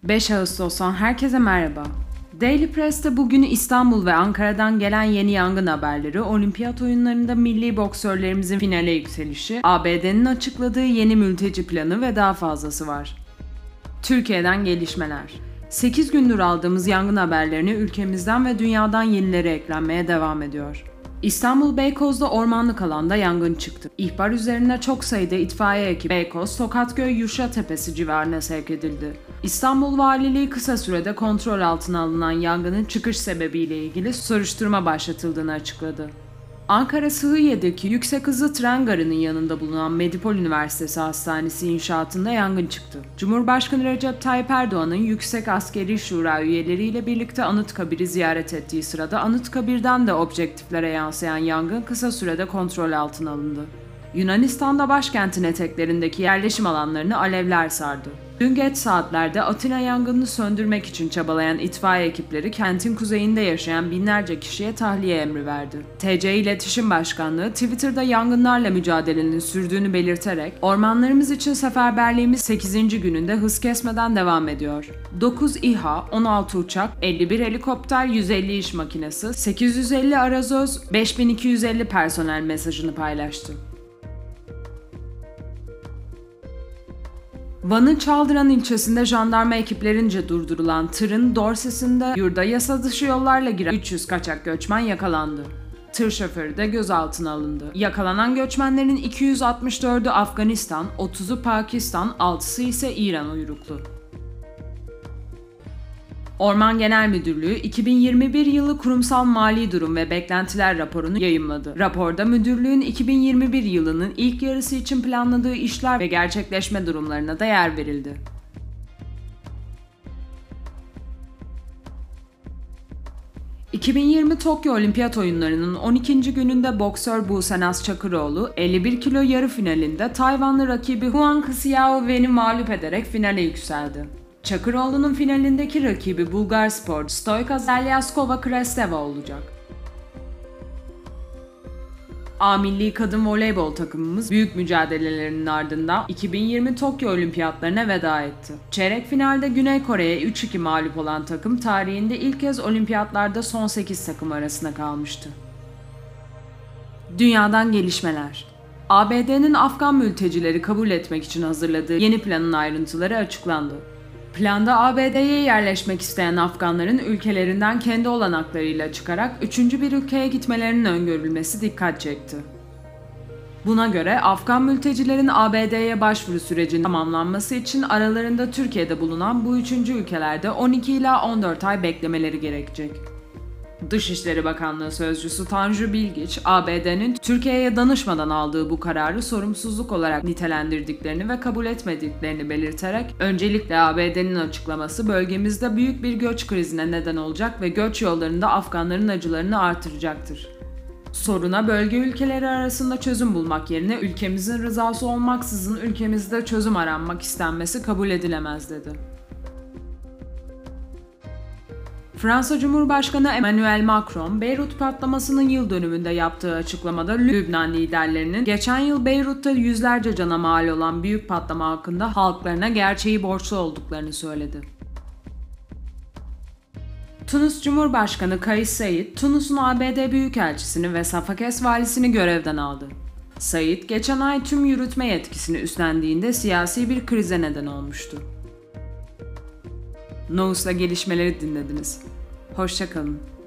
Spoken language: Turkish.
5 Ağustos'tan herkese merhaba. Daily Press'te bugün İstanbul ve Ankara'dan gelen yeni yangın haberleri, olimpiyat oyunlarında milli boksörlerimizin finale yükselişi, ABD'nin açıkladığı yeni mülteci planı ve daha fazlası var. Türkiye'den gelişmeler. 8 gündür aldığımız yangın haberlerini ülkemizden ve dünyadan yenileri eklenmeye devam ediyor. İstanbul Beykoz'da ormanlık alanda yangın çıktı. İhbar üzerine çok sayıda itfaiye ekibi Beykoz, Tokatköy, Yuşatepesi civarına sevk edildi. İstanbul Valiliği kısa sürede kontrol altına alınan yangının çıkış sebebiyle ilgili soruşturma başlatıldığını açıkladı. Ankara Sıhhiye'deki yüksek hızlı tren garının yanında bulunan Medipol Üniversitesi Hastanesi inşaatında yangın çıktı. Cumhurbaşkanı Recep Tayyip Erdoğan'ın Yüksek Askeri Şura üyeleriyle birlikte Anıtkabir'i ziyaret ettiği sırada Anıtkabir'den de objektiflere yansıyan yangın kısa sürede kontrol altına alındı. Yunanistan'da başkentin eteklerindeki yerleşim alanlarını alevler sardı. Dün geç saatlerde Atina yangınını söndürmek için çabalayan itfaiye ekipleri kentin kuzeyinde yaşayan binlerce kişiye tahliye emri verdi. TC İletişim Başkanlığı Twitter'da yangınlarla mücadelenin sürdüğünü belirterek ormanlarımız için seferberliğimiz 8. gününde hız kesmeden devam ediyor. 9 İHA, 16 uçak, 51 helikopter, 150 iş makinesi, 850 arazöz, 5250 personel mesajını paylaştı. Van'ın Çaldıran ilçesinde jandarma ekiplerince durdurulan tırın dorsesinde yurda yasa dışı yollarla giren 300 kaçak göçmen yakalandı. Tır şoförü de gözaltına alındı. Yakalanan göçmenlerin 264'ü Afganistan, 30'u Pakistan, 6'sı ise İran uyruklu. Orman Genel Müdürlüğü 2021 yılı kurumsal mali durum ve beklentiler raporunu yayımladı. Raporda müdürlüğün 2021 yılının ilk yarısı için planladığı işler ve gerçekleşme durumlarına da yer verildi. ...2020 Tokyo Olimpiyat Oyunları'nın 12. gününde boksör Buse Naz Çakıroğlu, 51 kilo yarı finalinde Tayvanlı rakibi Huang Xiao Wen'i mağlup ederek finale yükseldi. Çakıroğlu'nun finalindeki rakibi Bulgarspor Stoyka Zelyaskova-Kresteva olacak. A Milli Kadın Voleybol takımımız büyük mücadelelerinin ardından 2020 Tokyo Olimpiyatlarına veda etti. Çeyrek finalde Güney Kore'ye 3-2 mağlup olan takım tarihinde ilk kez olimpiyatlarda son 8 takım arasında kalmıştı. Dünyadan gelişmeler. ABD'nin Afgan mültecileri kabul etmek için hazırladığı yeni planın ayrıntıları açıklandı. Planda ABD'ye yerleşmek isteyen Afganların ülkelerinden kendi olanaklarıyla çıkarak üçüncü bir ülkeye gitmelerinin öngörülmesi dikkat çekti. Buna göre Afgan mültecilerin ABD'ye başvuru sürecinin tamamlanması için aralarında Türkiye'de bulunan bu üçüncü ülkelerde 12 ila 14 ay beklemeleri gerekecek. Dışişleri Bakanlığı Sözcüsü Tanju Bilgiç, ABD'nin Türkiye'ye danışmadan aldığı bu kararı sorumsuzluk olarak nitelendirdiklerini ve kabul etmediklerini belirterek, öncelikle ABD'nin açıklaması bölgemizde büyük bir göç krizine neden olacak ve göç yollarında Afganların acılarını artıracaktır. Soruna bölge ülkeleri arasında çözüm bulmak yerine ülkemizin rızası olmaksızın ülkemizde çözüm aranmak istenmesi kabul edilemez dedi. Fransa Cumhurbaşkanı Emmanuel Macron, Beyrut patlamasının yıl dönümünde yaptığı açıklamada Lübnan liderlerinin geçen yıl Beyrut'ta yüzlerce cana mal olan büyük patlama hakkında halklarına gerçeği borçlu olduklarını söyledi. Tunus Cumhurbaşkanı Kais Saied, Tunus'un ABD Büyükelçisini ve Safakes valisini görevden aldı. Saied, geçen ay tüm yürütme yetkisini üstlendiğinde siyasi bir krize neden olmuştu. Nous'la gelişmeleri dinlediniz. Hoşça kalın.